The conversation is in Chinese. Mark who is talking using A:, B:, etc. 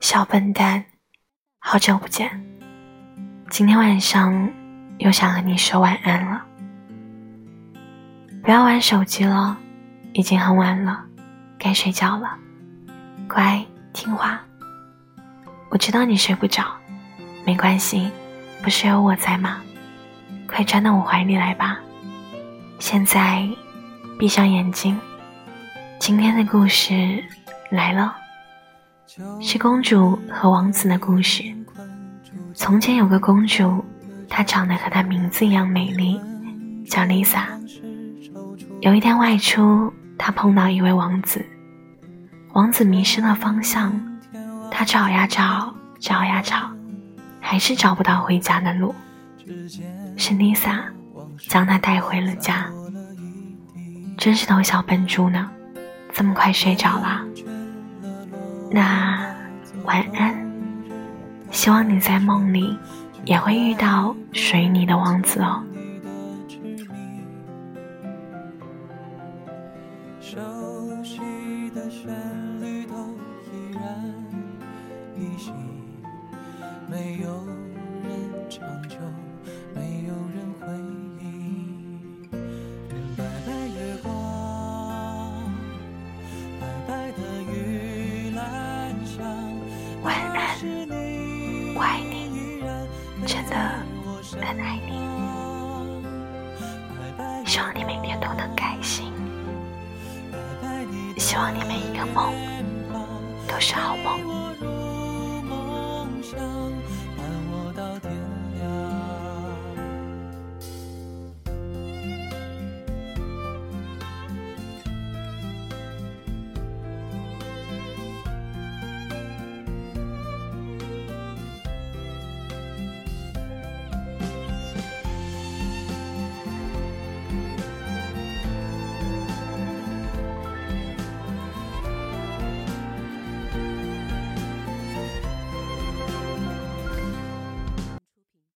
A: 小笨蛋，好久不见，今天晚上又想和你说晚安了。不要玩手机了，已经很晚了，该睡觉了，乖，听话。我知道你睡不着，没关系，不是有我在吗？快钻到我怀里来吧。现在闭上眼睛，今天的故事来了，是公主和王子的故事。从前有个公主，她长得和她名字一样美丽，叫丽萨。有一天外出，她碰到一位王子，王子迷失了方向，她找呀找，找呀找，还是找不到回家的路。是丽萨将她带回了家。真是头小笨猪呢，这么快睡着了？那晚安，希望你在梦里也会遇到属于你的王子哦。
B: 熟悉的旋律都依然依稀，没有人长久，没有人回忆。白白月光，白白的玉兰香，
A: 晚安，我爱你，真的很爱你。希望你每天都能开心，希望你每一个梦都是好梦。